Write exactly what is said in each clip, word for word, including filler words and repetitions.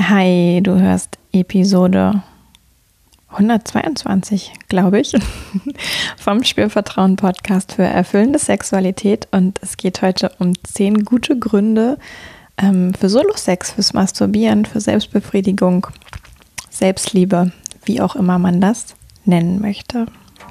Hi, du hörst Episode hundertzweiundzwanzig, glaube ich, vom Spürvertrauen-Podcast für erfüllende Sexualität. Und es geht heute um zehn gute Gründe ähm, für Solo-Sex, fürs Masturbieren, für Selbstbefriedigung, Selbstliebe, wie auch immer man das nennen möchte.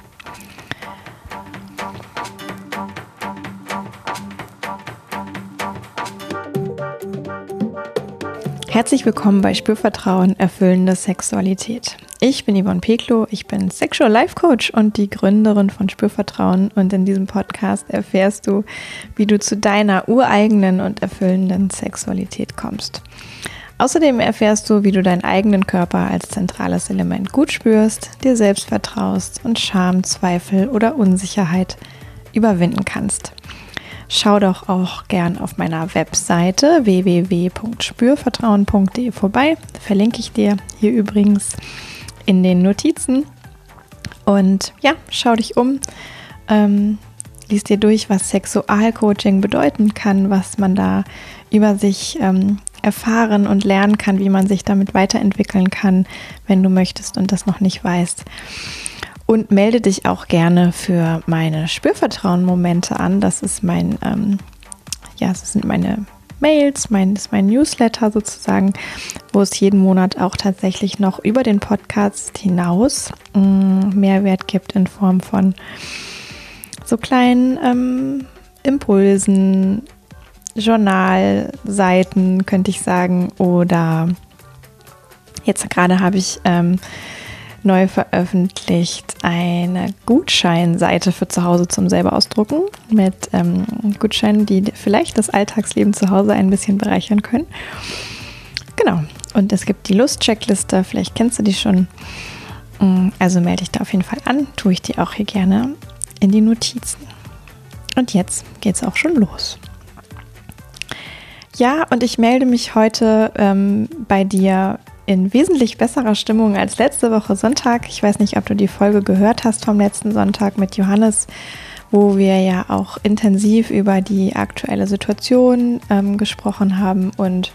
Herzlich willkommen bei Spürvertrauen, erfüllende Sexualität. Ich bin Yvonne Peklo, ich bin Sexual Life Coach und die Gründerin von Spürvertrauen, und in diesem Podcast erfährst du, wie du zu deiner ureigenen und erfüllenden Sexualität kommst. Außerdem erfährst du, wie du deinen eigenen Körper als zentrales Element gut spürst, dir selbst vertraust und Scham, Zweifel oder Unsicherheit überwinden kannst. Schau doch auch gern auf meiner Webseite w w w punkt spürvertrauen punkt d e vorbei. Verlinke ich dir hier übrigens in den Notizen. Und ja, schau dich um, ähm, lies dir durch, was Sexualcoaching bedeuten kann, was man da über sich ähm, erfahren und lernen kann, wie man sich damit weiterentwickeln kann, wenn du möchtest und das noch nicht weißt. Und melde dich auch gerne für meine Spürvertrauen-Momente an. Das ist mein, ähm, ja, das sind meine Mails, mein, das ist mein Newsletter sozusagen, wo es jeden Monat auch tatsächlich noch über den Podcast hinaus mh, Mehrwert gibt in Form von so kleinen ähm, Impulsen, Journalseiten, könnte ich sagen. Oder jetzt gerade habe ich ähm, neu veröffentlicht eine Gutscheinseite für zu Hause zum selber ausdrucken mit ähm, Gutscheinen, die vielleicht das Alltagsleben zu Hause ein bisschen bereichern können. Genau, und es gibt die Lust-Checkliste, vielleicht kennst du die schon. Also melde dich da auf jeden Fall an, tue ich dir auch hier gerne in die Notizen. Und jetzt geht's auch schon los. Ja, und ich melde mich heute ähm, bei dir in wesentlich besserer Stimmung als letzte Woche Sonntag. Ich weiß nicht, ob du die Folge gehört hast vom letzten Sonntag mit Johannes, wo wir ja auch intensiv über die aktuelle Situation ähm, gesprochen haben. Und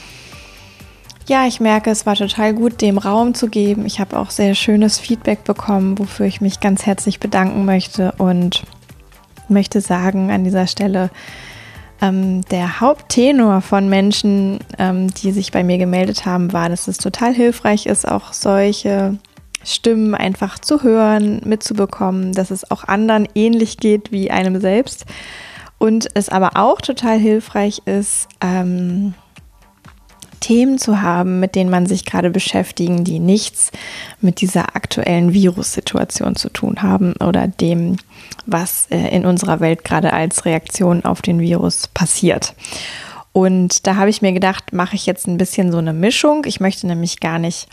ja, ich merke, es war total gut, dem Raum zu geben. Ich habe auch sehr schönes Feedback bekommen, wofür ich mich ganz herzlich bedanken möchte und möchte sagen an dieser Stelle, Ähm, der Haupttenor von Menschen, ähm, die sich bei mir gemeldet haben, war, dass es total hilfreich ist, auch solche Stimmen einfach zu hören, mitzubekommen, dass es auch anderen ähnlich geht wie einem selbst. Und es aber auch total hilfreich ist, ähm, Themen zu haben, mit denen man sich gerade beschäftigen, die nichts mit dieser aktuellen Virussituation zu tun haben oder dem, was äh, in unserer Welt gerade als Reaktion auf den Virus passiert. Und da habe ich mir gedacht, mache ich jetzt ein bisschen so eine Mischung. Ich möchte nämlich gar nicht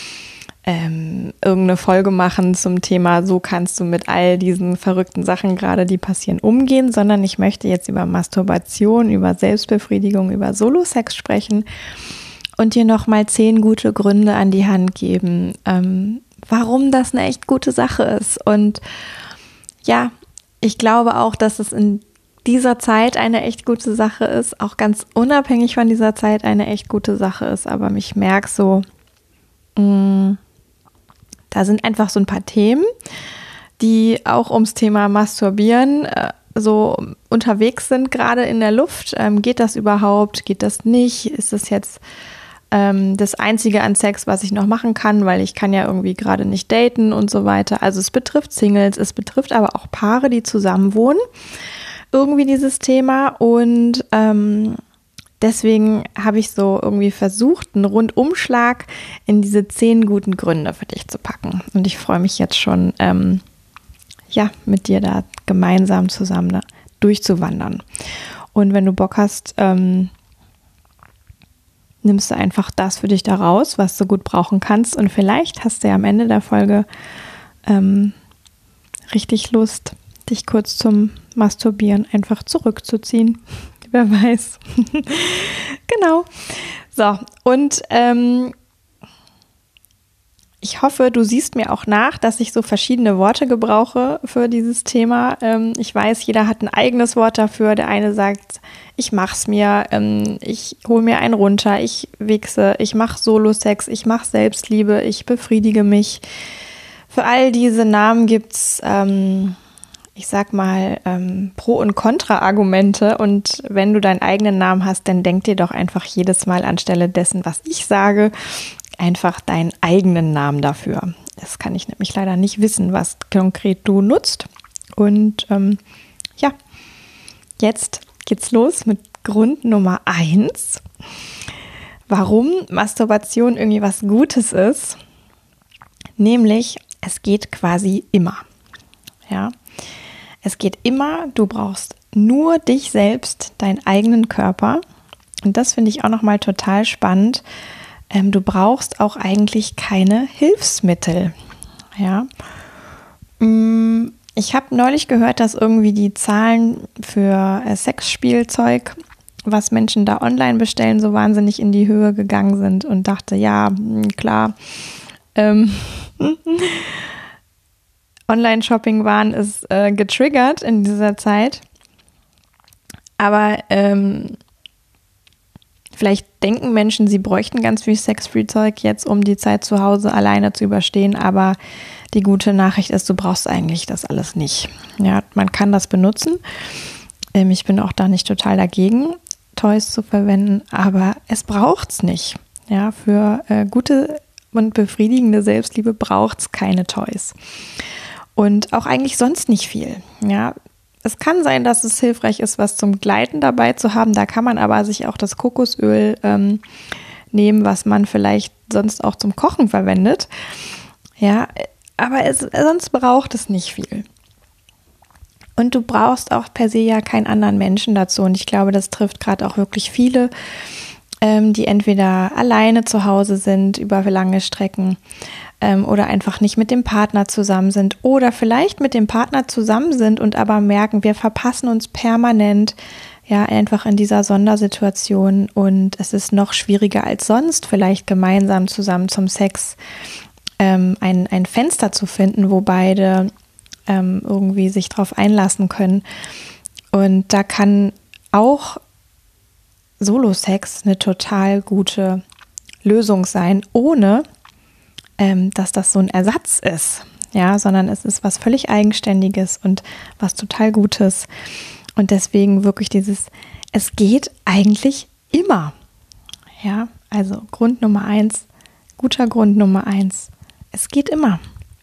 ähm, irgendeine Folge machen zum Thema, so kannst du mit all diesen verrückten Sachen gerade, die passieren, umgehen, sondern ich möchte jetzt über Masturbation, über Selbstbefriedigung, über Solo-Sex sprechen und dir nochmal zehn gute Gründe an die Hand geben, ähm, warum das eine echt gute Sache ist. Und ja, ich glaube auch, dass es in dieser Zeit eine echt gute Sache ist, auch ganz unabhängig von dieser Zeit eine echt gute Sache ist. Aber ich merke so, mh, da sind einfach so ein paar Themen, die auch ums Thema Masturbieren äh, so unterwegs sind, gerade in der Luft. Ähm, geht das überhaupt? Geht das nicht? Ist das jetzt ähm, das Einzige an Sex, was ich noch machen kann, weil ich kann ja irgendwie gerade nicht daten und so weiter. Also es betrifft Singles, es betrifft aber auch Paare, die zusammen wohnen. Irgendwie dieses Thema. Und ähm, deswegen habe ich so irgendwie versucht, einen Rundumschlag in diese zehn guten Gründe für dich zu packen. Und ich freue mich jetzt schon, ähm, ja, mit dir da gemeinsam zusammen da durchzuwandern. Und wenn du Bock hast, ähm, nimmst du einfach das für dich da raus, was du gut brauchen kannst. Und vielleicht hast du ja am Ende der Folge ähm, richtig Lust, dich kurz zum Masturbieren einfach zurückzuziehen. Wer weiß. Genau. So, und ähm, Ich hoffe, du siehst mir auch nach, dass ich so verschiedene Worte gebrauche für dieses Thema. Ähm, ich weiß, jeder hat ein eigenes Wort dafür. Der eine sagt, ich mach's mir, ähm, ich hole mir einen runter, ich wichse, ich mache Solo-Sex, ich mache Selbstliebe, ich befriedige mich. Für all diese Namen gibt's, ähm, ich sag mal, ähm, Pro- und Kontra-Argumente. Und wenn du deinen eigenen Namen hast, dann denk dir doch einfach jedes Mal anstelle dessen, was ich sage, einfach deinen eigenen Namen dafür. Das kann ich nämlich leider nicht wissen, was konkret du nutzt. Und ähm, ja, jetzt geht's los mit Grund Nummer eins, warum Masturbation irgendwie was Gutes ist. Nämlich, es geht quasi immer. Ja, es geht immer, du brauchst nur dich selbst, deinen eigenen Körper. Und das finde ich auch nochmal total spannend. Du brauchst auch eigentlich keine Hilfsmittel. Ja. Ich habe neulich gehört, dass irgendwie die Zahlen für Sexspielzeug, was Menschen da online bestellen, so wahnsinnig in die Höhe gegangen sind und dachte, ja, klar, ähm, Online-Shopping-Wahn ist äh, getriggert in dieser Zeit. Aber ähm, vielleicht denken Menschen, sie bräuchten ganz viel Sexspielzeug jetzt, um die Zeit zu Hause alleine zu überstehen, aber die gute Nachricht ist, du brauchst eigentlich das alles nicht. Ja, man kann das benutzen. Ähm, ich bin auch da nicht total dagegen, Toys zu verwenden, aber es braucht's nicht. Ja, für äh, gute und befriedigende Selbstliebe braucht's keine Toys. Und auch eigentlich sonst nicht viel. Ja, es kann sein, dass es hilfreich ist, was zum Gleiten dabei zu haben. Da kann man aber sich auch das Kokosöl ähm, nehmen, was man vielleicht sonst auch zum Kochen verwendet. Ja, aber es, sonst braucht es nicht viel. Und du brauchst auch per se ja keinen anderen Menschen dazu. Und ich glaube, das trifft gerade auch wirklich viele, ähm, die entweder alleine zu Hause sind über lange Strecken oder einfach nicht mit dem Partner zusammen sind oder vielleicht mit dem Partner zusammen sind und aber merken, wir verpassen uns permanent, ja, einfach in dieser Sondersituation und es ist noch schwieriger als sonst, vielleicht gemeinsam zusammen zum Sex ähm, ein, ein Fenster zu finden, wo beide ähm, irgendwie sich drauf einlassen können. Und da kann auch Solo-Sex eine total gute Lösung sein, ohne dass das so ein Ersatz ist, ja, sondern es ist was völlig Eigenständiges und was total Gutes. Und deswegen wirklich dieses, es geht eigentlich immer. Ja, also Grund Nummer eins, guter Grund Nummer eins, es geht immer.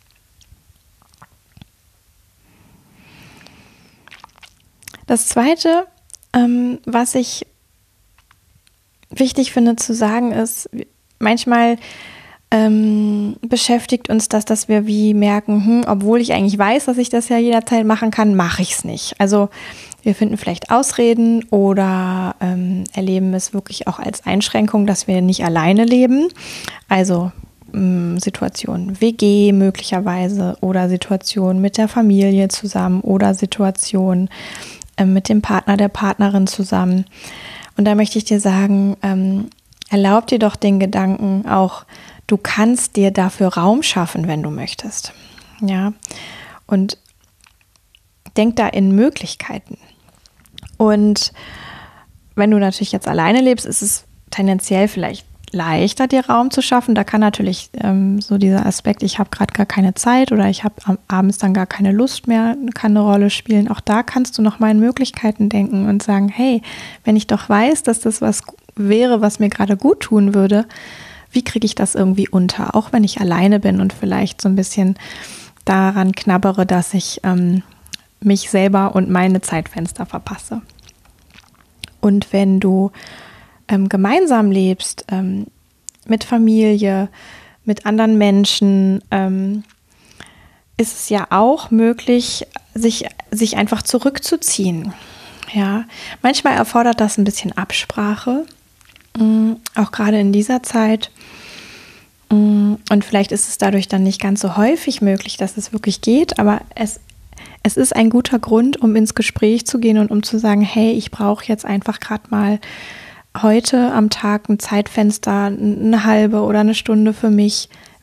Das Zweite, ähm, was ich wichtig finde zu sagen, ist, manchmal Ähm, beschäftigt uns das, dass wir wie merken, hm, obwohl ich eigentlich weiß, dass ich das ja jederzeit machen kann, mache ich es nicht. Also wir finden vielleicht Ausreden oder ähm, erleben es wirklich auch als Einschränkung, dass wir nicht alleine leben. Also ähm, Situation W G möglicherweise oder Situation mit der Familie zusammen oder Situation äh, mit dem Partner, der Partnerin zusammen. Und da möchte ich dir sagen, ähm, erlaub dir doch den Gedanken auch, du kannst dir dafür Raum schaffen, wenn du möchtest. Ja, und denk da in Möglichkeiten. Und wenn du natürlich jetzt alleine lebst, ist es tendenziell vielleicht leichter, dir Raum zu schaffen. Da kann natürlich ähm, so dieser Aspekt, ich habe gerade gar keine Zeit oder ich habe abends dann gar keine Lust mehr, kann eine Rolle spielen. Auch da kannst du noch mal in Möglichkeiten denken und sagen, hey, wenn ich doch weiß, dass das was wäre, was mir gerade gut tun würde, wie kriege ich das irgendwie unter, auch wenn ich alleine bin und vielleicht so ein bisschen daran knabbere, dass ich ähm, mich selber und meine Zeitfenster verpasse. Und wenn du ähm, gemeinsam lebst, ähm, mit Familie, mit anderen Menschen, ähm, ist es ja auch möglich, sich, sich einfach zurückzuziehen. Ja, manchmal erfordert das ein bisschen Absprache, auch gerade in dieser Zeit. Und vielleicht ist es dadurch dann nicht ganz so häufig möglich, dass es wirklich geht, aber es, es ist ein guter Grund, um ins Gespräch zu gehen und um zu sagen, hey, ich brauche jetzt einfach gerade mal heute am Tag ein Zeitfenster, eine halbe oder eine Stunde für mich.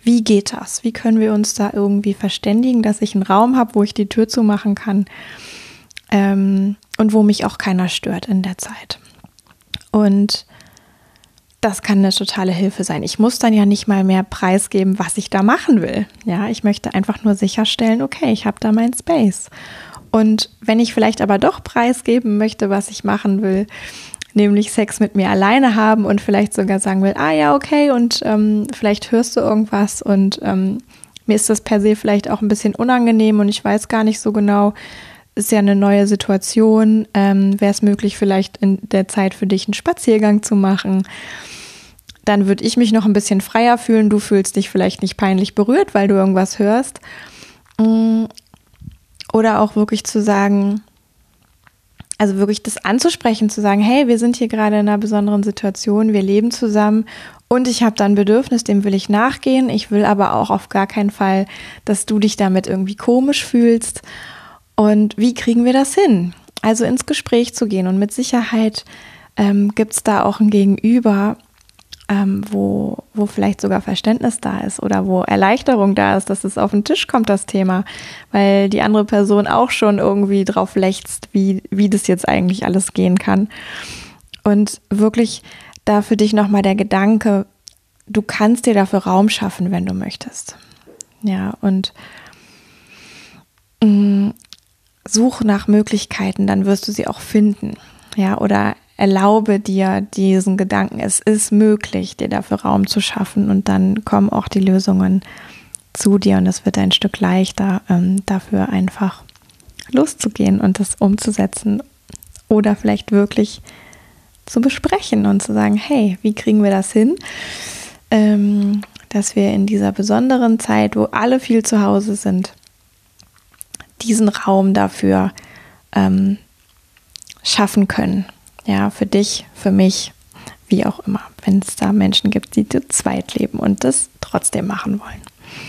wie geht das? Wie können wir uns da irgendwie verständigen, dass ich einen Raum habe, wo ich die Tür zumachen kann ähm, und wo mich auch keiner stört in der Zeit. Und das kann eine totale Hilfe sein. Ich muss dann ja nicht mal mehr preisgeben, was ich da machen will. Ja, ich möchte einfach nur sicherstellen, okay, ich habe da meinen Space. Und wenn ich vielleicht aber doch preisgeben möchte, was ich machen will, nämlich Sex mit mir alleine haben und vielleicht sogar sagen will, ah ja, okay, und ähm, vielleicht hörst du irgendwas und ähm, mir ist das per se vielleicht auch ein bisschen unangenehm und ich weiß gar nicht so genau, ist ja eine neue Situation, ähm, wäre es möglich, vielleicht in der Zeit für dich einen Spaziergang zu machen. Dann würde ich mich noch ein bisschen freier fühlen, du fühlst dich vielleicht nicht peinlich berührt, weil du irgendwas hörst. Oder auch wirklich zu sagen, also wirklich das anzusprechen, zu sagen, hey, wir sind hier gerade in einer besonderen Situation, wir leben zusammen und ich habe da ein Bedürfnis, dem will ich nachgehen. Ich will aber auch auf gar keinen Fall, dass du dich damit irgendwie komisch fühlst. Und wie kriegen wir das hin? Also ins Gespräch zu gehen und mit Sicherheit ähm, gibt es da auch ein Gegenüber, ähm, wo, wo vielleicht sogar Verständnis da ist oder wo Erleichterung da ist, dass es auf den Tisch kommt, das Thema, weil die andere Person auch schon irgendwie drauf lechzt, wie, wie das jetzt eigentlich alles gehen kann. Und wirklich da für dich nochmal der Gedanke, du kannst dir dafür Raum schaffen, wenn du möchtest. Ja, und mh, such nach Möglichkeiten, dann wirst du sie auch finden. Ja, oder erlaube dir diesen Gedanken, es ist möglich, dir dafür Raum zu schaffen und dann kommen auch die Lösungen zu dir und es wird ein Stück leichter, ähm, dafür einfach loszugehen und das umzusetzen oder vielleicht wirklich zu besprechen und zu sagen, hey, wie kriegen wir das hin, ähm, dass wir in dieser besonderen Zeit, wo alle viel zu Hause sind, diesen Raum dafür ähm, schaffen können. Ja, für dich, für mich, wie auch immer, wenn es da Menschen gibt, die zu zweit leben und das trotzdem machen wollen.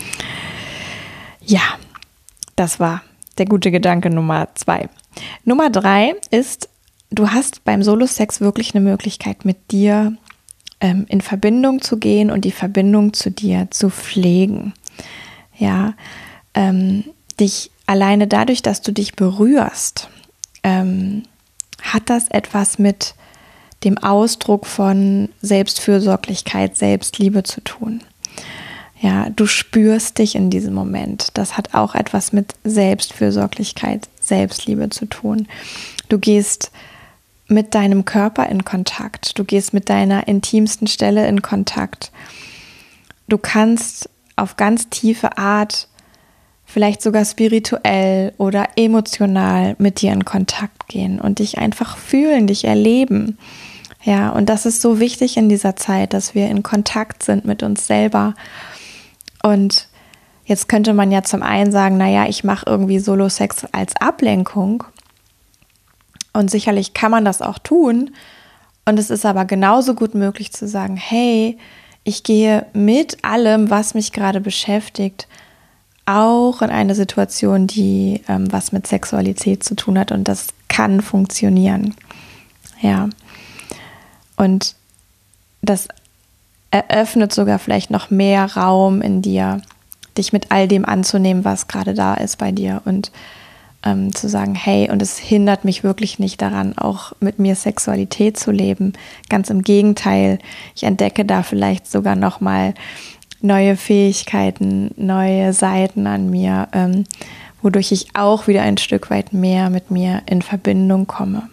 Ja, das war der gute Gedanke Nummer zwei. Nummer drei ist, du hast beim Solo-Sex wirklich eine Möglichkeit, mit dir ähm, in Verbindung zu gehen und die Verbindung zu dir zu pflegen. Ja, ähm, dich alleine dadurch, dass du dich berührst, ähm, hat das etwas mit dem Ausdruck von Selbstfürsorglichkeit, Selbstliebe zu tun. Ja, du spürst dich in diesem Moment. Das hat auch etwas mit Selbstfürsorglichkeit, Selbstliebe zu tun. Du gehst mit deinem Körper in Kontakt. Du gehst mit deiner intimsten Stelle in Kontakt. Du kannst auf ganz tiefe Art, vielleicht sogar spirituell oder emotional mit dir in Kontakt gehen und dich einfach fühlen, dich erleben. Ja, und das ist so wichtig in dieser Zeit, dass wir in Kontakt sind mit uns selber. Und jetzt könnte man ja zum einen sagen, naja, ich mache irgendwie Solo-Sex als Ablenkung. Und sicherlich kann man das auch tun. Und es ist aber genauso gut möglich zu sagen, hey, ich gehe mit allem, was mich gerade beschäftigt, auch in eine Situation, die ähm, was mit Sexualität zu tun hat und das kann funktionieren. Ja. Und das eröffnet sogar vielleicht noch mehr Raum in dir, dich mit all dem anzunehmen, was gerade da ist bei dir und ähm, zu sagen, hey, und es hindert mich wirklich nicht daran, auch mit mir Sexualität zu leben. Ganz im Gegenteil, ich entdecke da vielleicht sogar noch mal neue Fähigkeiten, neue Seiten an mir, ähm, wodurch ich auch wieder ein Stück weit mehr mit mir in Verbindung komme.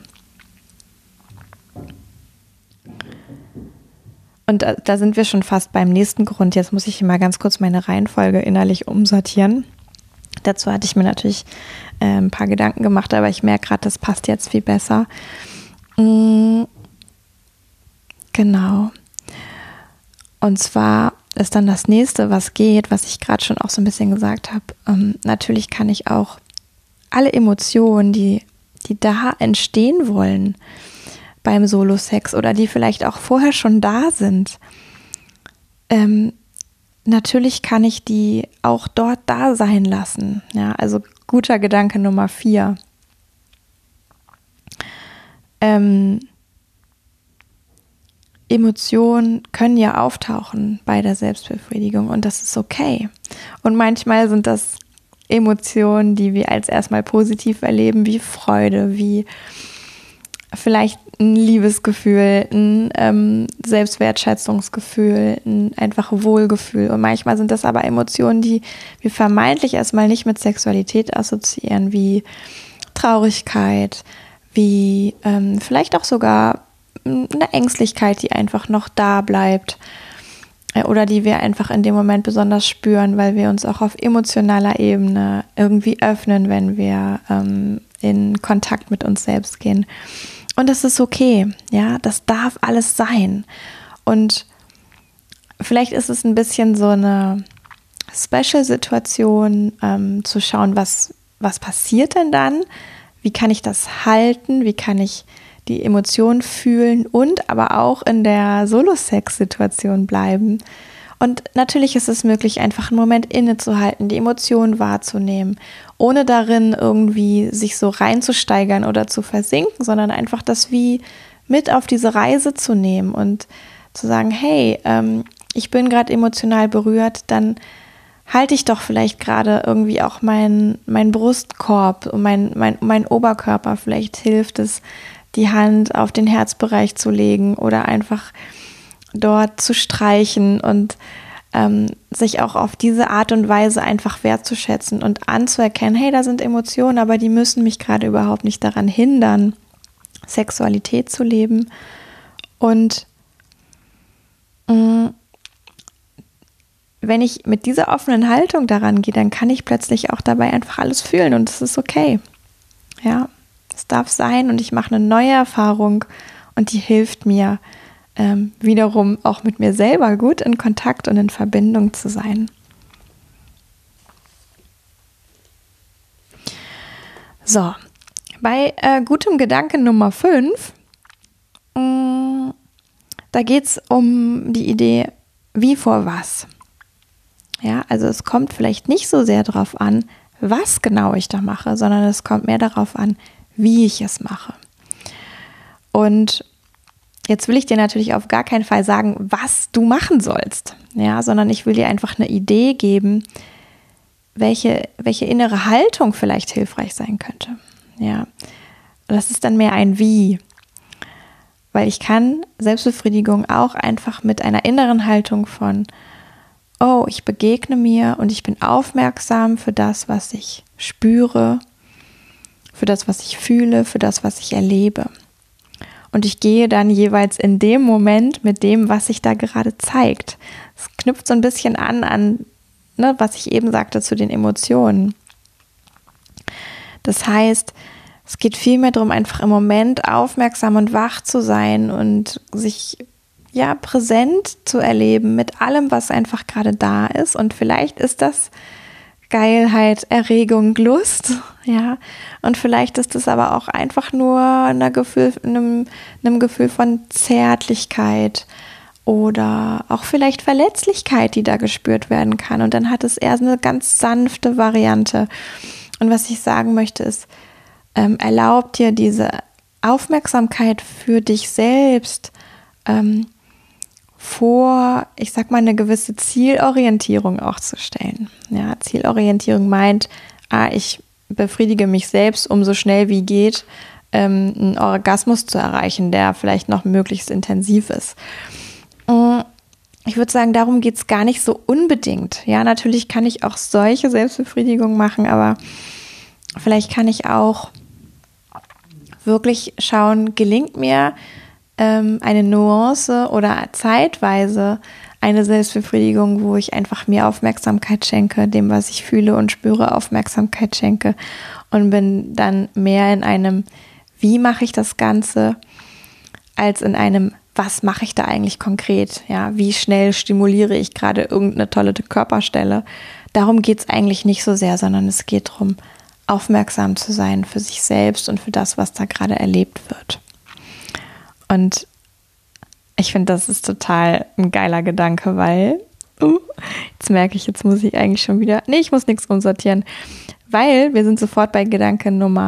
Und da, da sind wir schon fast beim nächsten Grund. Jetzt muss ich mal ganz kurz meine Reihenfolge innerlich umsortieren. Dazu hatte ich mir natürlich äh, ein paar Gedanken gemacht, aber ich merke gerade, das passt jetzt viel besser. Mhm. Genau. Und zwar ist dann das nächste, was geht, was ich gerade schon auch so ein bisschen gesagt habe. Ähm, natürlich kann ich auch alle Emotionen, die, die da entstehen wollen beim Solo-Sex oder die vielleicht auch vorher schon da sind, ähm, natürlich kann ich die auch dort da sein lassen. Ja, also guter Gedanke Nummer vier. Ähm, Emotionen können ja auftauchen bei der Selbstbefriedigung und das ist okay. Und manchmal sind das Emotionen, die wir als erstmal positiv erleben, wie Freude, wie vielleicht ein Liebesgefühl, ein ähm, Selbstwertschätzungsgefühl, ein einfach Wohlgefühl. Und manchmal sind das aber Emotionen, die wir vermeintlich erstmal nicht mit Sexualität assoziieren, wie Traurigkeit, wie ähm, vielleicht auch sogar eine Ängstlichkeit, die einfach noch da bleibt äh, oder die wir einfach in dem Moment besonders spüren, weil wir uns auch auf emotionaler Ebene irgendwie öffnen, wenn wir ähm, in Kontakt mit uns selbst gehen. Und das ist okay, ja, das darf alles sein. Und vielleicht ist es ein bisschen so eine Special-Situation, ähm, zu schauen, was, was passiert denn dann? Wie kann ich das halten? Wie kann ich die Emotionen fühlen und aber auch in der Solo-Sex-Situation bleiben? Und natürlich ist es möglich, einfach einen Moment innezuhalten, die Emotionen wahrzunehmen, ohne darin irgendwie sich so reinzusteigern oder zu versinken, sondern einfach das wie mit auf diese Reise zu nehmen und zu sagen, hey, ähm, ich bin gerade emotional berührt, dann halte ich doch vielleicht gerade irgendwie auch meinen mein Brustkorb und mein, mein, mein Oberkörper. Vielleicht hilft es, die Hand auf den Herzbereich zu legen oder einfach dort zu streichen und ähm, sich auch auf diese Art und Weise einfach wertzuschätzen und anzuerkennen, hey, da sind Emotionen, aber die müssen mich gerade überhaupt nicht daran hindern, Sexualität zu leben. Und mh, wenn ich mit dieser offenen Haltung daran gehe, dann kann ich plötzlich auch dabei einfach alles fühlen und es ist okay. Ja, es darf sein und ich mache eine neue Erfahrung und die hilft mir, ähm, wiederum auch mit mir selber gut in Kontakt und in Verbindung zu sein. So, bei äh, gutem Gedanken Nummer fünf, mh, da geht es um die Idee, wie vor was. Ja, also es kommt vielleicht nicht so sehr darauf an, was genau ich da mache, sondern es kommt mehr darauf an, wie ich es mache. Und jetzt will ich dir natürlich auf gar keinen Fall sagen, was du machen sollst, ja, sondern ich will dir einfach eine Idee geben, welche, welche innere Haltung vielleicht hilfreich sein könnte. Ja, das ist dann mehr ein Wie, weil ich kann Selbstbefriedigung auch einfach mit einer inneren Haltung von oh, ich begegne mir und ich bin aufmerksam für das, was ich spüre, für das, was ich fühle, für das, was ich erlebe. Und ich gehe dann jeweils in dem Moment mit dem, was sich da gerade zeigt. Es knüpft so ein bisschen an, an ne, was ich eben sagte zu den Emotionen. Das heißt, es geht vielmehr darum, einfach im Moment aufmerksam und wach zu sein und sich ja präsent zu erleben mit allem, was einfach gerade da ist. Und vielleicht ist das Geilheit, Erregung, Lust, ja. Und vielleicht ist es aber auch einfach nur ein Gefühl, einem, einem Gefühl von Zärtlichkeit oder auch vielleicht Verletzlichkeit, die da gespürt werden kann. Und dann hat es eher eine ganz sanfte Variante. Und was ich sagen möchte ist, ähm, erlaub dir diese Aufmerksamkeit für dich selbst ähm, vor, ich sag mal, eine gewisse Zielorientierung auch zu stellen. Ja, Zielorientierung meint, ah, ich befriedige mich selbst, um so schnell wie geht, ähm, einen Orgasmus zu erreichen, der vielleicht noch möglichst intensiv ist. Ich würde sagen, darum geht es gar nicht so unbedingt. Ja, natürlich kann ich auch solche Selbstbefriedigung machen, aber vielleicht kann ich auch wirklich schauen, gelingt mir eine Nuance oder zeitweise eine Selbstbefriedigung, wo ich einfach mir Aufmerksamkeit schenke, dem, was ich fühle und spüre, Aufmerksamkeit schenke und bin dann mehr in einem, wie mache ich das Ganze, als in einem, was mache ich da eigentlich konkret, ja, wie schnell stimuliere ich gerade irgendeine tolle Körperstelle. Darum geht es eigentlich nicht so sehr, sondern es geht darum, aufmerksam zu sein für sich selbst und für das, was da gerade erlebt wird. Und ich finde, das ist total ein geiler Gedanke, weil, uh, jetzt merke ich, jetzt muss ich eigentlich schon wieder, nee, ich muss nichts umsortieren, weil wir sind sofort bei Gedanke Nummer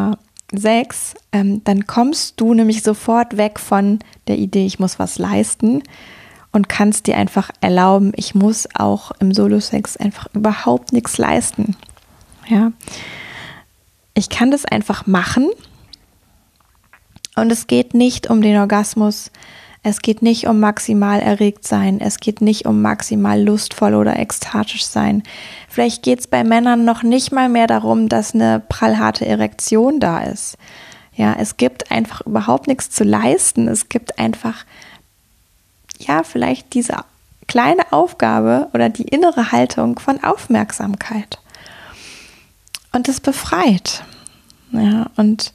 sechs, ähm, dann kommst du nämlich sofort weg von der Idee, ich muss was leisten und kannst dir einfach erlauben, ich muss auch im Solo-Sex einfach überhaupt nichts leisten. Ja, ich kann das einfach machen und es geht nicht um den Orgasmus, es geht nicht um maximal erregt sein, es geht nicht um maximal lustvoll oder ekstatisch sein. Vielleicht geht es bei Männern noch nicht mal mehr darum, dass eine prallharte Erektion da ist. Ja, es gibt einfach überhaupt nichts zu leisten. Es gibt einfach, ja, vielleicht diese kleine Aufgabe oder die innere Haltung von Aufmerksamkeit. Und es befreit. Ja, und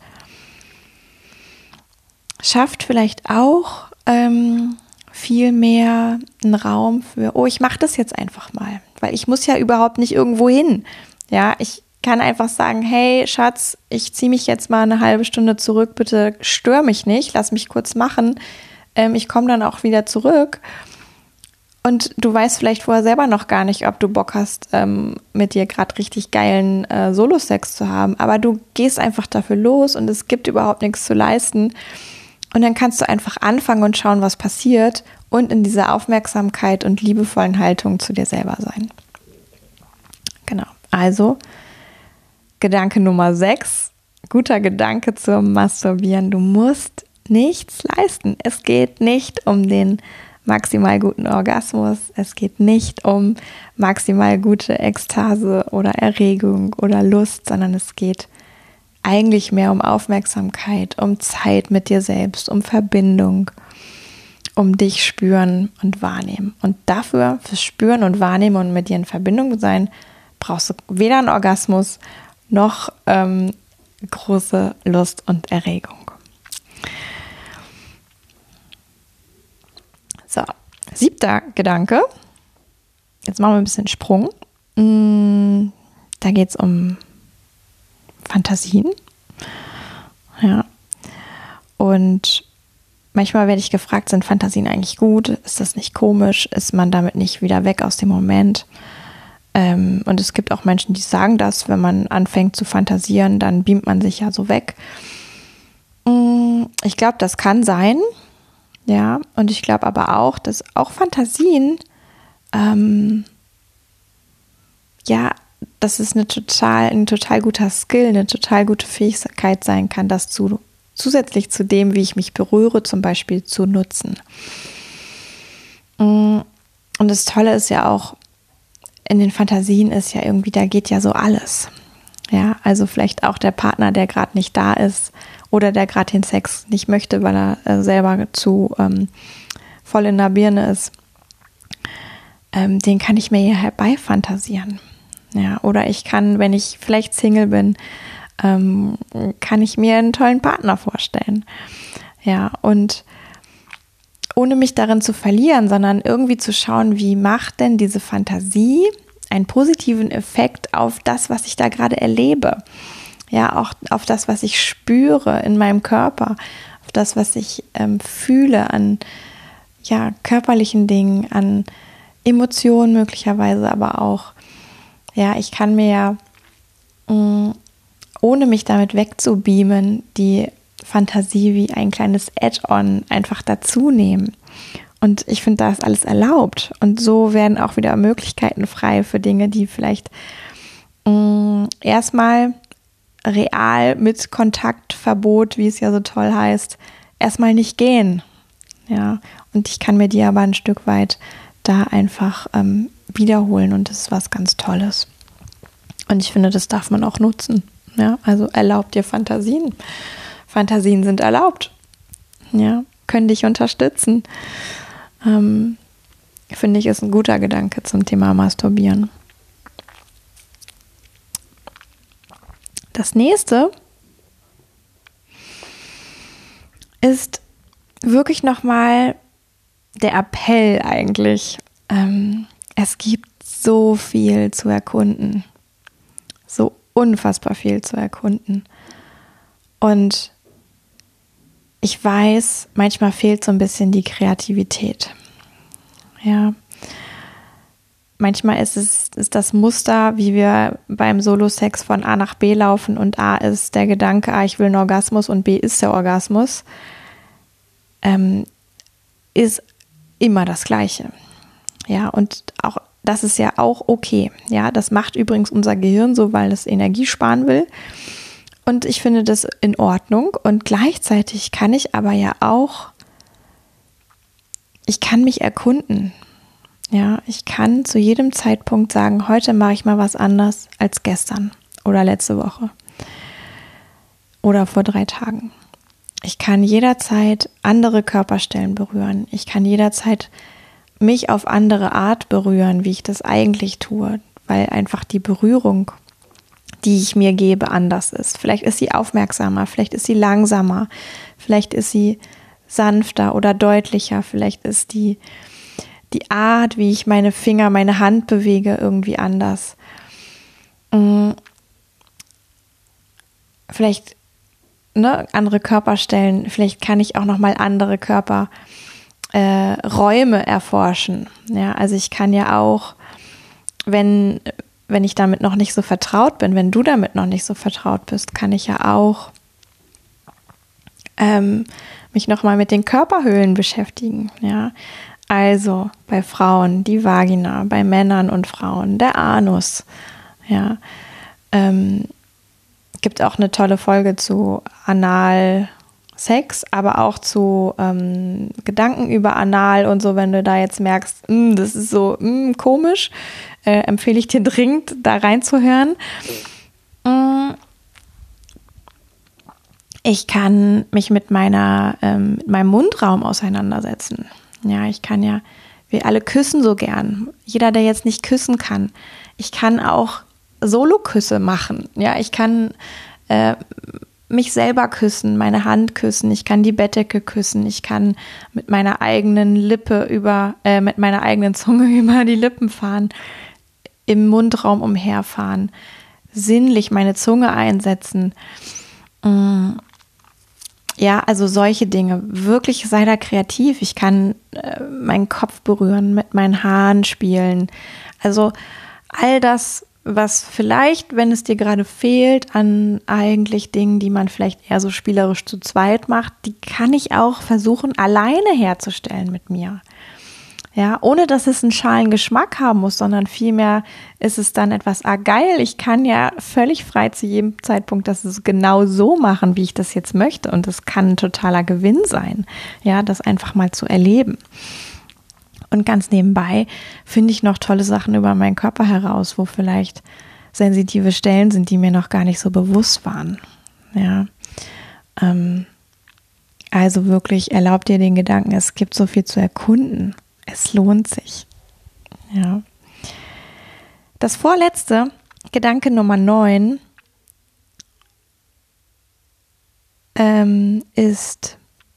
schafft vielleicht auch ähm, viel mehr einen Raum für, oh, ich mache das jetzt einfach mal, weil ich muss ja überhaupt nicht irgendwo hin. Ja, ich kann einfach sagen, hey Schatz, ich ziehe mich jetzt mal eine halbe Stunde zurück, bitte stör mich nicht, lass mich kurz machen. Ähm, ich komme dann auch wieder zurück. Und du weißt vielleicht vorher selber noch gar nicht, ob du Bock hast, ähm, mit dir gerade richtig geilen äh, Solo-Sex zu haben. Aber du gehst einfach dafür los und es gibt überhaupt nichts zu leisten. Und dann kannst du einfach anfangen und schauen, was passiert und in dieser Aufmerksamkeit und liebevollen Haltung zu dir selber sein. Genau, also Gedanke Nummer sechs, guter Gedanke zum Masturbieren. Du musst nichts leisten. Es geht nicht um den maximal guten Orgasmus. Es geht nicht um maximal gute Ekstase oder Erregung oder Lust, sondern es geht eigentlich mehr um Aufmerksamkeit, um Zeit mit dir selbst, um Verbindung, um dich spüren und wahrnehmen. Und dafür, fürs Spüren und Wahrnehmen und mit dir in Verbindung sein, brauchst du weder einen Orgasmus noch ähm, große Lust und Erregung. So, siebter Gedanke. Jetzt machen wir ein bisschen Sprung. Da geht es um Fantasien. Ja. Und manchmal werde ich gefragt, sind Fantasien eigentlich gut? Ist das nicht komisch? Ist man damit nicht wieder weg aus dem Moment? Ähm, und es gibt auch Menschen, die sagen das, wenn man anfängt zu fantasieren, dann beamt man sich ja so weg. Ich glaube, das kann sein. Ja, und ich glaube aber auch, dass auch Fantasien, ähm, ja, dass es eine total, ein total guter Skill, eine total gute Fähigkeit sein kann, das zu, zusätzlich zu dem, wie ich mich berühre, zum Beispiel zu nutzen. Und das Tolle ist ja auch, in den Fantasien ist ja irgendwie, da geht ja so alles. Ja, also vielleicht auch der Partner, der gerade nicht da ist oder der gerade den Sex nicht möchte, weil er äh, selber zu ähm, voll in der Birne ist. Ähm, den kann ich mir hier herbeifantasieren. Ja, oder ich kann, wenn ich vielleicht Single bin, ähm, kann ich mir einen tollen Partner vorstellen. Ja, und ohne mich darin zu verlieren, sondern irgendwie zu schauen, wie macht denn diese Fantasie einen positiven Effekt auf das, was ich da gerade erlebe. Ja, auch auf das, was ich spüre in meinem Körper, auf das, was ich ähm, fühle an ja, körperlichen Dingen, an Emotionen möglicherweise, aber auch, ja, ich kann mir ja, mh, ohne mich damit wegzubeamen, die Fantasie wie ein kleines Add-on einfach dazu nehmen. Und ich finde, da ist alles erlaubt. Und so werden auch wieder Möglichkeiten frei für Dinge, die vielleicht mh, erstmal real mit Kontaktverbot, wie es ja so toll heißt, erstmal nicht gehen. Ja, und ich kann mir die aber ein Stück weit da einfach ähm, wiederholen und das ist was ganz Tolles. Und ich finde, das darf man auch nutzen. Ja, also erlaubt dir Fantasien. Fantasien sind erlaubt. Ja, können dich unterstützen. Ähm, finde ich, ist ein guter Gedanke zum Thema Masturbieren. Das nächste ist wirklich nochmal der Appell eigentlich. Ähm, es gibt so viel zu erkunden. So unfassbar viel zu erkunden. Und ich weiß, manchmal fehlt so ein bisschen die Kreativität. Ja. manchmal ist es ist das Muster, wie wir beim Solo-Sex von A nach B laufen und A ist der Gedanke, A, ich will einen Orgasmus und B ist der Orgasmus, ähm, ist immer das Gleiche. Ja, und auch das ist ja auch okay. Ja, das macht übrigens unser Gehirn so, weil es Energie sparen will. Und ich finde das in Ordnung. Und gleichzeitig kann ich aber ja auch, ich kann mich erkunden. Ja, ich kann zu jedem Zeitpunkt sagen, heute mache ich mal was anders als gestern oder letzte Woche oder vor drei Tagen. Ich kann jederzeit andere Körperstellen berühren. Ich kann jederzeit mich auf andere Art berühren, wie ich das eigentlich tue, weil einfach die Berührung, die ich mir gebe, anders ist. Vielleicht ist sie aufmerksamer, vielleicht ist sie langsamer, vielleicht ist sie sanfter oder deutlicher, vielleicht ist die, die Art, wie ich meine Finger, meine Hand bewege, irgendwie anders. Vielleicht ne, andere Körperstellen, vielleicht kann ich auch nochmal andere Körper Äh, Räume erforschen. Ja, also ich kann ja auch, wenn, wenn ich damit noch nicht so vertraut bin, wenn du damit noch nicht so vertraut bist, kann ich ja auch ähm, mich nochmal mit den Körperhöhlen beschäftigen. Ja, also bei Frauen die Vagina, bei Männern und Frauen der Anus. Ja, ähm, gibt auch eine tolle Folge zu Anal Sex, aber auch zu ähm, Gedanken über Anal und so, wenn du da jetzt merkst, mh, das ist so mh, komisch, äh, empfehle ich dir dringend, da reinzuhören. Ich kann mich mit meiner, ähm, mit meinem Mundraum auseinandersetzen. Ja, ich kann ja, wir alle küssen so gern. Jeder, der jetzt nicht küssen kann. Ich kann auch Soloküsse machen. Ja, ich kann äh, mich selber küssen, meine Hand küssen, ich kann die Bettdecke küssen, ich kann mit meiner eigenen Lippe über, äh, mit meiner eigenen Zunge über die Lippen fahren, im Mundraum umherfahren, sinnlich meine Zunge einsetzen. Ja, also solche Dinge. Wirklich sei da kreativ. Ich kann äh, meinen Kopf berühren, mit meinen Haaren spielen. Also all das, was vielleicht, wenn es dir gerade fehlt, an eigentlich Dingen, die man vielleicht eher so spielerisch zu zweit macht, die kann ich auch versuchen, alleine herzustellen mit mir. Ja, ohne dass es einen schalen Geschmack haben muss, sondern vielmehr ist es dann etwas, ah geil, ich kann ja völlig frei zu jedem Zeitpunkt das ist genau so machen, wie ich das jetzt möchte. Und das kann ein totaler Gewinn sein, ja, das einfach mal zu erleben. Und ganz nebenbei finde ich noch tolle Sachen über meinen Körper heraus, wo vielleicht sensitive Stellen sind, die mir noch gar nicht so bewusst waren. Ja, ähm, also wirklich erlaubt dir den Gedanken, es gibt so viel zu erkunden. Es lohnt sich. Ja. Das vorletzte, Gedanke Nummer neun, ähm, ist,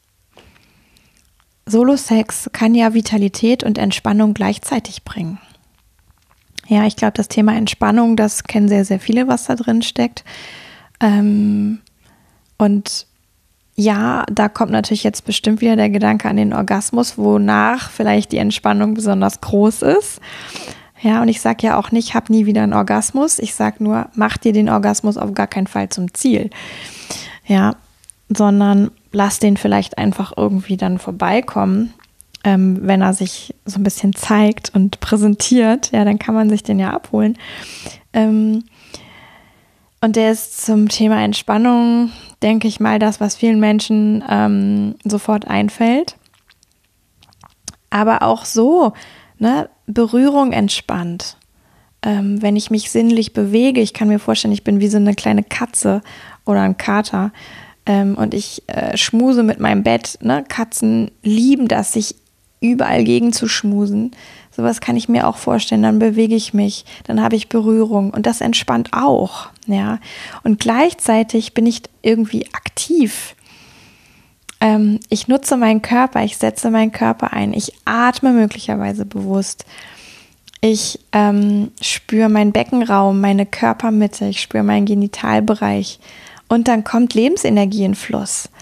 Solo-Sex kann ja Vitalität und Entspannung gleichzeitig bringen. Ja, ich glaube, das Thema Entspannung, das kennen sehr, sehr viele, was da drin steckt. Ähm, und ja, da kommt natürlich jetzt bestimmt wieder der Gedanke an den Orgasmus, wonach vielleicht die Entspannung besonders groß ist. Ja, und ich sage ja auch nicht, hab nie wieder einen Orgasmus. Ich sage nur, mach dir den Orgasmus auf gar keinen Fall zum Ziel. Ja, sondern lass den vielleicht einfach irgendwie dann vorbeikommen, ähm, wenn er sich so ein bisschen zeigt und präsentiert. Ja, dann kann man sich den ja abholen. Ähm, und der ist zum Thema Entspannung, denke ich mal, das, was vielen Menschen ähm, sofort einfällt. Aber auch so, ne, Berührung entspannt. Ähm, wenn ich mich sinnlich bewege, ich kann mir vorstellen, ich bin wie so eine kleine Katze oder ein Kater ähm, und ich äh, schmuse mit meinem Bett. Ne? Katzen lieben das, sich überall gegen zu schmusen. Sowas kann ich mir auch vorstellen. Dann bewege ich mich, dann habe ich Berührung und das entspannt auch. Ja, und gleichzeitig bin ich irgendwie aktiv. Ähm, ich nutze meinen Körper, ich setze meinen Körper ein, ich atme möglicherweise bewusst. Ich ähm, spüre meinen Beckenraum, meine Körpermitte, ich spüre meinen Genitalbereich und dann kommt Lebensenergie in Fluss.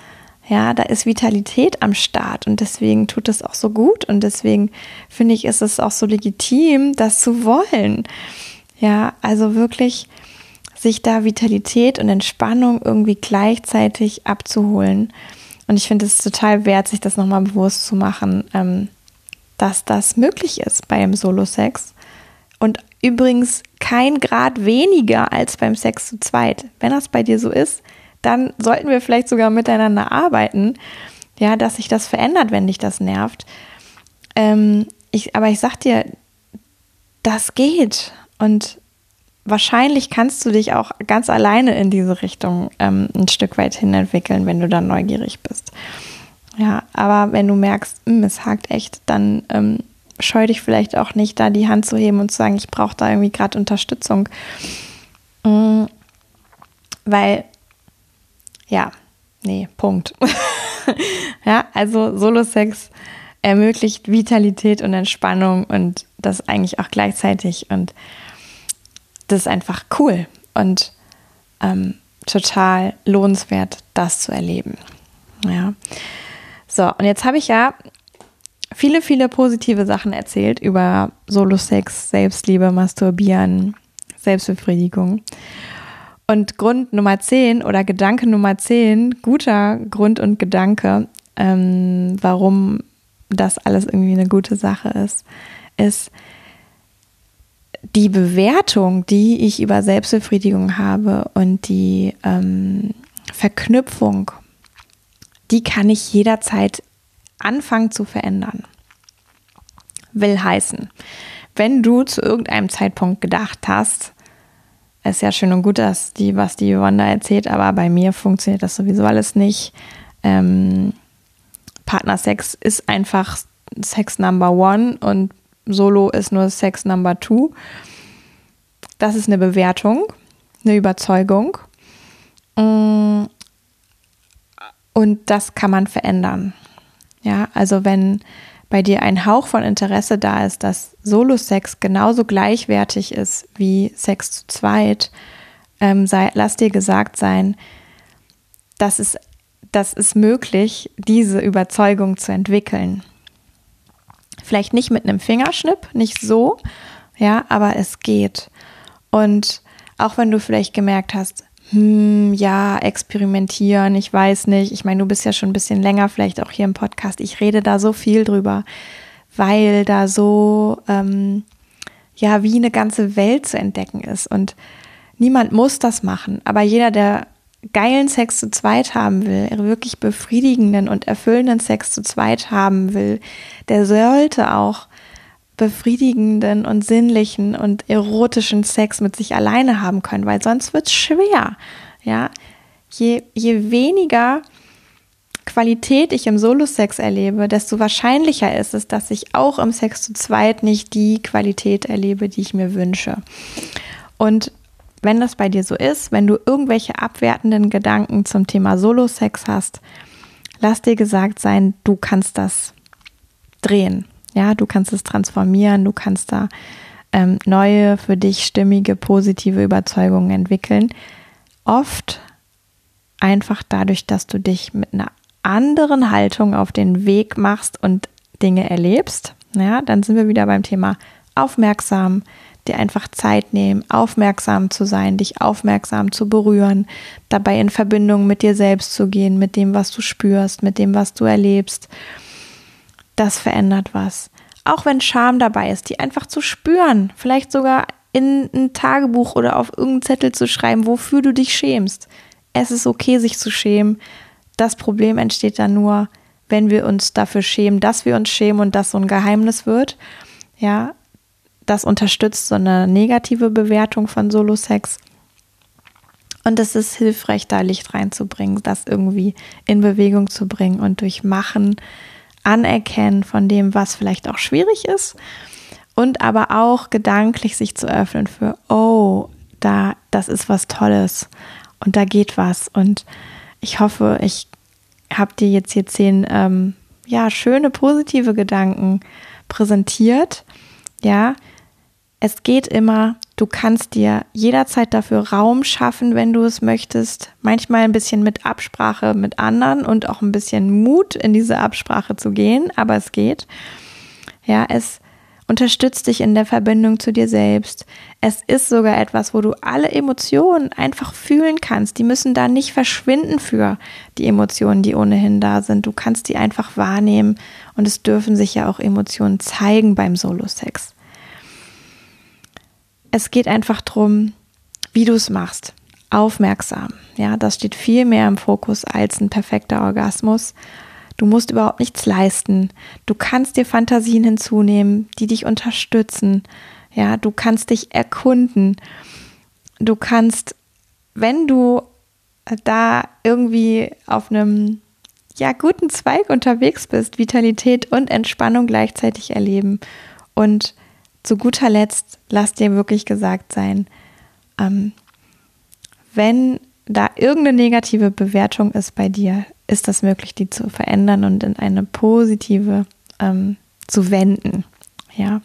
Ja, da ist Vitalität am Start und deswegen tut es auch so gut und deswegen finde ich, ist es auch so legitim, das zu wollen. Ja, also wirklich sich da Vitalität und Entspannung irgendwie gleichzeitig abzuholen. Und ich finde es total wert, sich das nochmal bewusst zu machen, ähm, dass das möglich ist beim Solo-Sex. Und übrigens kein Grad weniger als beim Sex zu zweit. Wenn das bei dir so ist, dann sollten wir vielleicht sogar miteinander arbeiten, ja, dass sich das verändert, wenn dich das nervt. Ähm, ich, aber ich sag dir, das geht. Und wahrscheinlich kannst du dich auch ganz alleine in diese Richtung ähm, ein Stück weit hin entwickeln, wenn du dann neugierig bist. Ja, aber wenn du merkst, mh, es hakt echt, dann ähm, scheu dich vielleicht auch nicht, da die Hand zu heben und zu sagen, ich brauche da irgendwie gerade Unterstützung. Mhm. Weil, ja, nee, Punkt. Ja, also Solo-Sex ermöglicht Vitalität und Entspannung und das eigentlich auch gleichzeitig und das ist einfach cool und ähm, total lohnenswert, das zu erleben. Ja. So, und jetzt habe ich ja viele, viele positive Sachen erzählt über Solo-Sex, Selbstliebe, Masturbieren, Selbstbefriedigung. Und Grund Nummer zehn oder Gedanke Nummer zehn, guter Grund und Gedanke, ähm, warum das alles irgendwie eine gute Sache ist, ist die Bewertung, die ich über Selbstbefriedigung habe und die ähm, Verknüpfung, die kann ich jederzeit anfangen zu verändern. Will heißen, wenn du zu irgendeinem Zeitpunkt gedacht hast, ist ja schön und gut, dass die, was die Yvonne erzählt, aber bei mir funktioniert das sowieso alles nicht. Ähm, Partnersex ist einfach Sex Number One und Solo ist nur Sex Number Two. Das ist eine Bewertung, eine Überzeugung. Und das kann man verändern. Ja, also wenn bei dir ein Hauch von Interesse da ist, dass Solo-Sex genauso gleichwertig ist wie Sex zu zweit, ähm, sei, lass dir gesagt sein, dass es, das ist möglich, diese Überzeugung zu entwickeln. Vielleicht nicht mit einem Fingerschnipp, nicht so, ja, aber es geht. Und auch wenn du vielleicht gemerkt hast, hm, ja, experimentieren, ich weiß nicht. Ich meine, du bist ja schon ein bisschen länger vielleicht auch hier im Podcast. Ich rede da so viel drüber, weil da so, ähm, ja, wie eine ganze Welt zu entdecken ist. Und niemand muss das machen. Aber jeder, der geilen Sex zu zweit haben will, wirklich befriedigenden und erfüllenden Sex zu zweit haben will, der sollte auch befriedigenden und sinnlichen und erotischen Sex mit sich alleine haben können, weil sonst wird es schwer. Ja? Je, je weniger Qualität ich im Solo-Sex erlebe, desto wahrscheinlicher ist es, dass ich auch im Sex zu zweit nicht die Qualität erlebe, die ich mir wünsche. Und wenn das bei dir so ist, wenn du irgendwelche abwertenden Gedanken zum Thema Solo-Sex hast, lass dir gesagt sein, du kannst das drehen. Ja, du kannst es transformieren, du kannst da ähm, neue, für dich stimmige, positive Überzeugungen entwickeln. Oft einfach dadurch, dass du dich mit einer anderen Haltung auf den Weg machst und Dinge erlebst. Ja, dann sind wir wieder beim Thema aufmerksam, dir einfach Zeit nehmen, aufmerksam zu sein, dich aufmerksam zu berühren, dabei in Verbindung mit dir selbst zu gehen, mit dem, was du spürst, mit dem, was du erlebst. Das verändert was. Auch wenn Scham dabei ist, die einfach zu spüren, vielleicht sogar in ein Tagebuch oder auf irgendeinen Zettel zu schreiben, wofür du dich schämst. Es ist okay, sich zu schämen. Das Problem entsteht dann nur, wenn wir uns dafür schämen, dass wir uns schämen und das so ein Geheimnis wird. Ja, das unterstützt so eine negative Bewertung von Solo-Sex. Und es ist hilfreich, da Licht reinzubringen, das irgendwie in Bewegung zu bringen und durch Machen anerkennen von dem, was vielleicht auch schwierig ist und aber auch gedanklich sich zu öffnen für, oh, da, das ist was Tolles und da geht was. Und ich hoffe, ich habe dir jetzt hier zehn ähm, ja, schöne, positive Gedanken präsentiert. Ja, es geht immer Du kannst dir jederzeit dafür Raum schaffen, wenn du es möchtest. Manchmal ein bisschen mit Absprache mit anderen und auch ein bisschen Mut, in diese Absprache zu gehen, aber es geht. Ja, es unterstützt dich in der Verbindung zu dir selbst. Es ist sogar etwas, wo du alle Emotionen einfach fühlen kannst. Die müssen da nicht verschwinden für die Emotionen, die ohnehin da sind. Du kannst die einfach wahrnehmen und es dürfen sich ja auch Emotionen zeigen beim Solo-Sex. Es geht einfach darum, wie du es machst. Aufmerksam. Ja, das steht viel mehr im Fokus als ein perfekter Orgasmus. Du musst überhaupt nichts leisten. Du kannst dir Fantasien hinzunehmen, die dich unterstützen. Ja, du kannst dich erkunden. Du kannst, wenn du da irgendwie auf einem ja, guten Zweig unterwegs bist, Vitalität und Entspannung gleichzeitig erleben. Und zu guter Letzt, lass dir wirklich gesagt sein, ähm, wenn da irgendeine negative Bewertung ist bei dir, ist das möglich, die zu verändern und in eine positive ähm, zu wenden. Ja.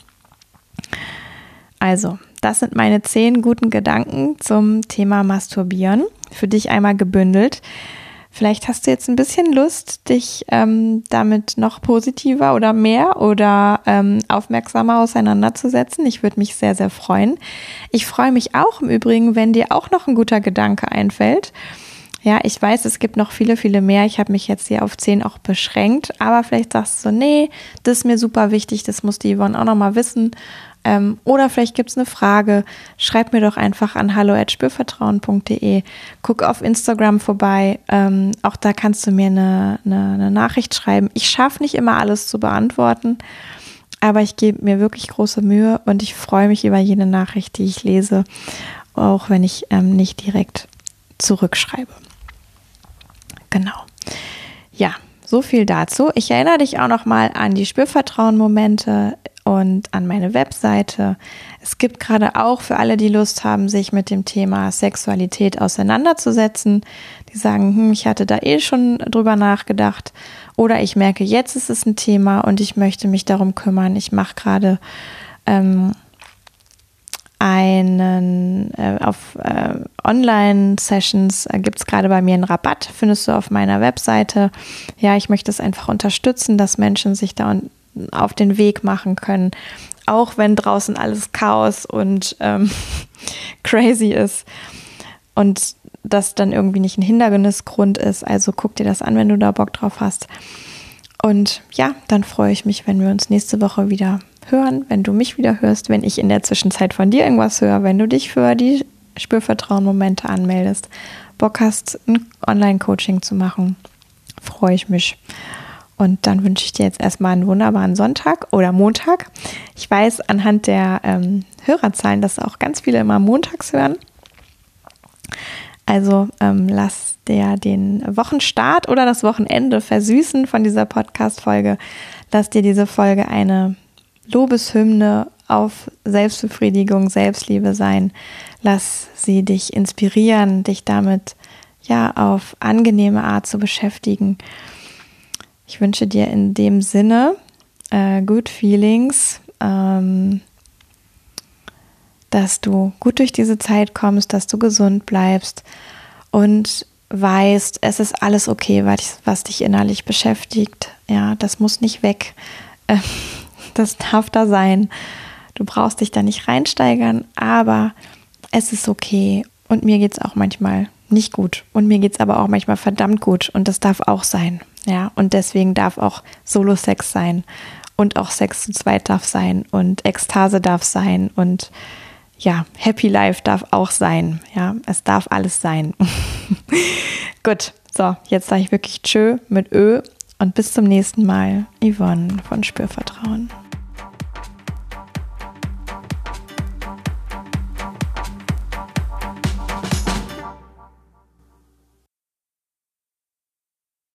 Also, das sind meine zehn guten Gedanken zum Thema Masturbieren. Für dich einmal gebündelt. Vielleicht hast du jetzt ein bisschen Lust, dich ähm, damit noch positiver oder mehr oder ähm, aufmerksamer auseinanderzusetzen. Ich würde mich sehr, sehr freuen. Ich freue mich auch im Übrigen, wenn dir auch noch ein guter Gedanke einfällt. Ja, ich weiß, es gibt noch viele, viele mehr. Ich habe mich jetzt hier auf zehn auch beschränkt. Aber vielleicht sagst du so, nee, das ist mir super wichtig, das muss die Yvonne auch noch mal wissen. Ähm, oder vielleicht gibt es eine Frage. Schreib mir doch einfach an hallo at spürvertrauen punkt de. Guck auf Instagram vorbei. Ähm, auch da kannst du mir eine, eine, eine Nachricht schreiben. Ich schaffe nicht immer alles zu beantworten, aber ich gebe mir wirklich große Mühe und ich freue mich über jede Nachricht, die ich lese, auch wenn ich ähm, nicht direkt zurückschreibe. Genau. Ja, so viel dazu. Ich erinnere dich auch noch mal an die Spürvertrauen-Momente und an meine Webseite. Es gibt gerade auch für alle, die Lust haben, sich mit dem Thema Sexualität auseinanderzusetzen, die sagen, hm, ich hatte da eh schon drüber nachgedacht oder ich merke, jetzt ist es ein Thema und ich möchte mich darum kümmern. Ich mache gerade ähm, einen äh, auf äh, Online-Sessions äh, gibt es gerade bei mir einen Rabatt, findest du auf meiner Webseite. Ja, ich möchte es einfach unterstützen, dass Menschen sich da un- auf den Weg machen können, auch wenn draußen alles Chaos und ähm, crazy ist und das dann irgendwie nicht ein Hindernisgrund ist. Also guck dir das an, wenn du da Bock drauf hast. Und ja, dann freue ich mich, wenn wir uns nächste Woche wieder hören, wenn du mich wieder hörst, wenn ich in der Zwischenzeit von dir irgendwas höre, wenn du dich für die Spürvertrauen-Momente anmeldest, Bock hast, ein Online-Coaching zu machen, freue ich mich. Und dann wünsche ich dir jetzt erstmal einen wunderbaren Sonntag oder Montag. Ich weiß anhand der ähm, Hörerzahlen, dass auch ganz viele immer montags hören. Also ähm, lass dir den Wochenstart oder das Wochenende versüßen von dieser Podcast-Folge. Lass dir diese Folge eine Lobeshymne auf Selbstbefriedigung, Selbstliebe sein. Lass sie dich inspirieren, dich damit ja auf angenehme Art zu beschäftigen. Ich wünsche dir in dem Sinne äh, good feelings, ähm, dass du gut durch diese Zeit kommst, dass du gesund bleibst und weißt, es ist alles okay, was, was dich innerlich beschäftigt. Ja, das muss nicht weg. Äh, das darf da sein. Du brauchst dich da nicht reinsteigern, aber es ist okay. Und mir geht es auch manchmal nicht gut. Und mir geht es aber auch manchmal verdammt gut. Und das darf auch sein. Ja, und deswegen darf auch Solo-Sex sein. Und auch Sex zu zweit darf sein. Und Ekstase darf sein. Und ja, Happy Life darf auch sein. Ja, es darf alles sein. Gut, so, jetzt sage ich wirklich Tschö mit Ö. Und bis zum nächsten Mal. Yvonne von Spürvertrauen.